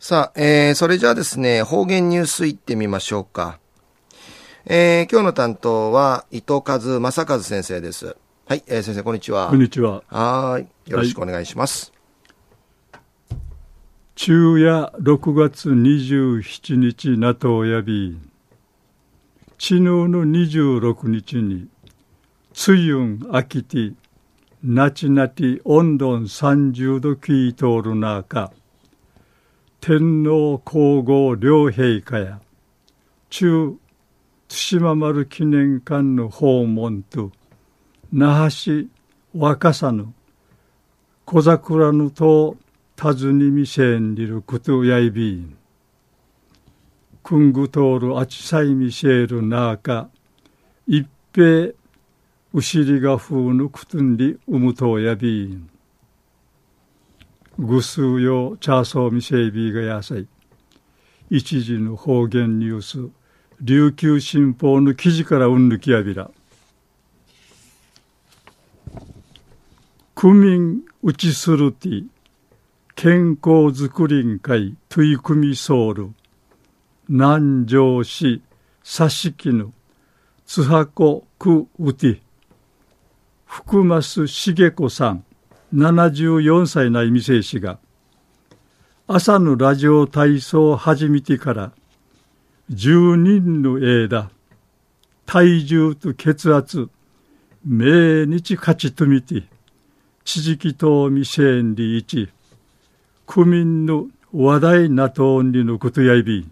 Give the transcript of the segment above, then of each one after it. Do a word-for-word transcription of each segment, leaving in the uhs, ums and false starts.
さあ、えー、それじゃあですね、方言ニュースいってみましょうか。えー、今日の担当は伊藤和正和先生です。はい、えー、先生こんにちは。 こんにちは。 はい、よろしくお願いします。 はい、昼夜ろくがつにじゅうしちにちなとやび、昨日のにじゅうろくにちに、つゆんあきて、なちなて温度さんじゅうどきいとおる中、天皇皇后両陛下や、中対馬丸記念館の訪問と、那覇市若狭の小桜の塔尋にみせんりることやいびん。くんぐとおるあちさいみせるなか、一平うしりが風のくとんりうむとやびん。ぐすうよチャーソーみせいびがやさい。一時の方言ニュース、琉球新報の記事からうんぬきやびら。区民うちするて健康づくりん会取り組みソウル南城市佐敷の津箱区うて福増茂子さんななじゅうよんさいないみせいしが朝のラジオ体操を始めてからじゅうにんの間体重と血圧毎日勝ちとみて地域とみせんりいち区民の話題なとんりのことやいび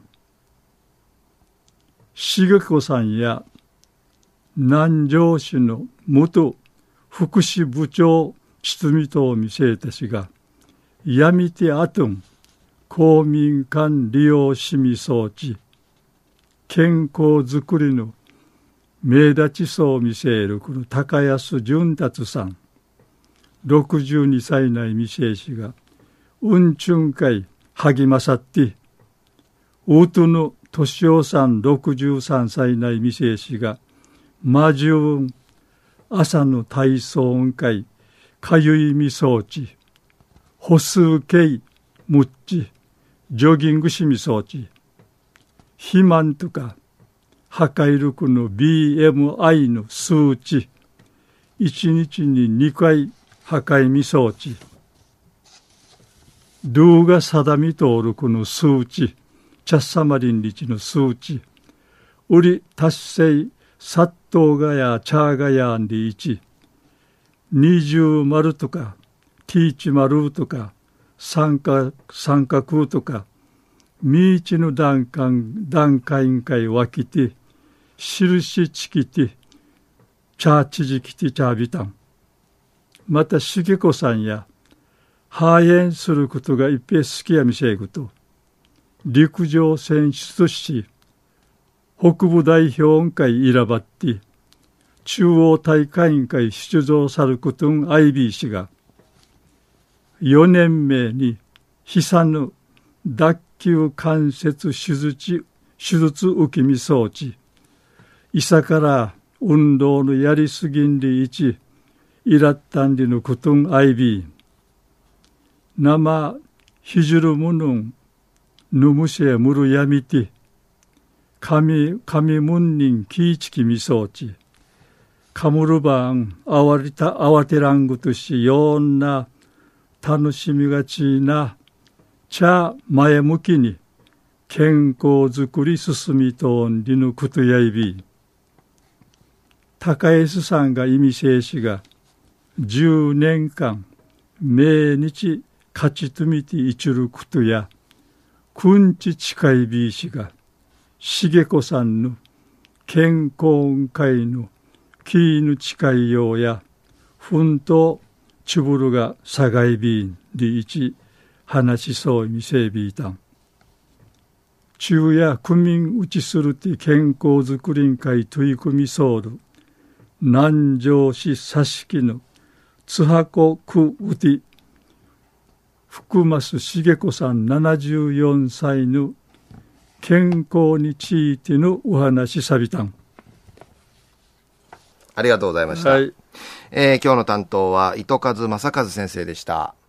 茂子さんや南城市の元福祉部長ちつみとみせたしがやみてあとん公民館利用しみ装置健康づくりの目立ちそう見せるこの高安純達さんろくじゅうにさいないみせいしがうんちゅんかい励まさってうとのとしおさんろくじゅうさんさいないみせいしがまじゅうん朝の体操音会かゆいみ装置歩数計むっちジョギングしみ装置肥満とか破壊力の ビーエムアイ の数値いちにちににかい破壊み装置動画定み登録の数値チャッサマリンリチの数値売り達成殺到がやチャーがやんりいち二重丸とかティーチ丸とか三角三角とかみいちの段階段階委員会わきて印ちきてチャーチジキティチャービタンまた茂子さんやハーエンすることが一平好きやみせいぐと陸上選手とし北部代表会選ばって中央大会委員会出場さることん アイビー 氏がよねんめいに悲惨の脱臼関節手術手術受け身装置いさから運動のやりすぎんりいちいらったんりのことん アイビー 生ひじるむぬんぬむせむるやみて神神むんにんきいちきみ装置かむるばんあわりたあわてらんぐとしよんな楽しみがちなちゃ前向きに健康づくり進みとんりぬことやいび高安さんが意味せいしがじゅうねんかん毎日勝ちとみていちることやくんち近いびいしが茂子さんの健康会のキーヌ近いようやふんとちぶるがさがいびんりいち話しそうみせいびいたん中や区民うちするて健康づくりん会取り組みそうる南城市佐敷の津箱区うて福増茂子さんななじゅうよんさいの健康についてのお話さびたん。 ありがとうございました、 はいえー、今日の担当は糸数正和先生でした。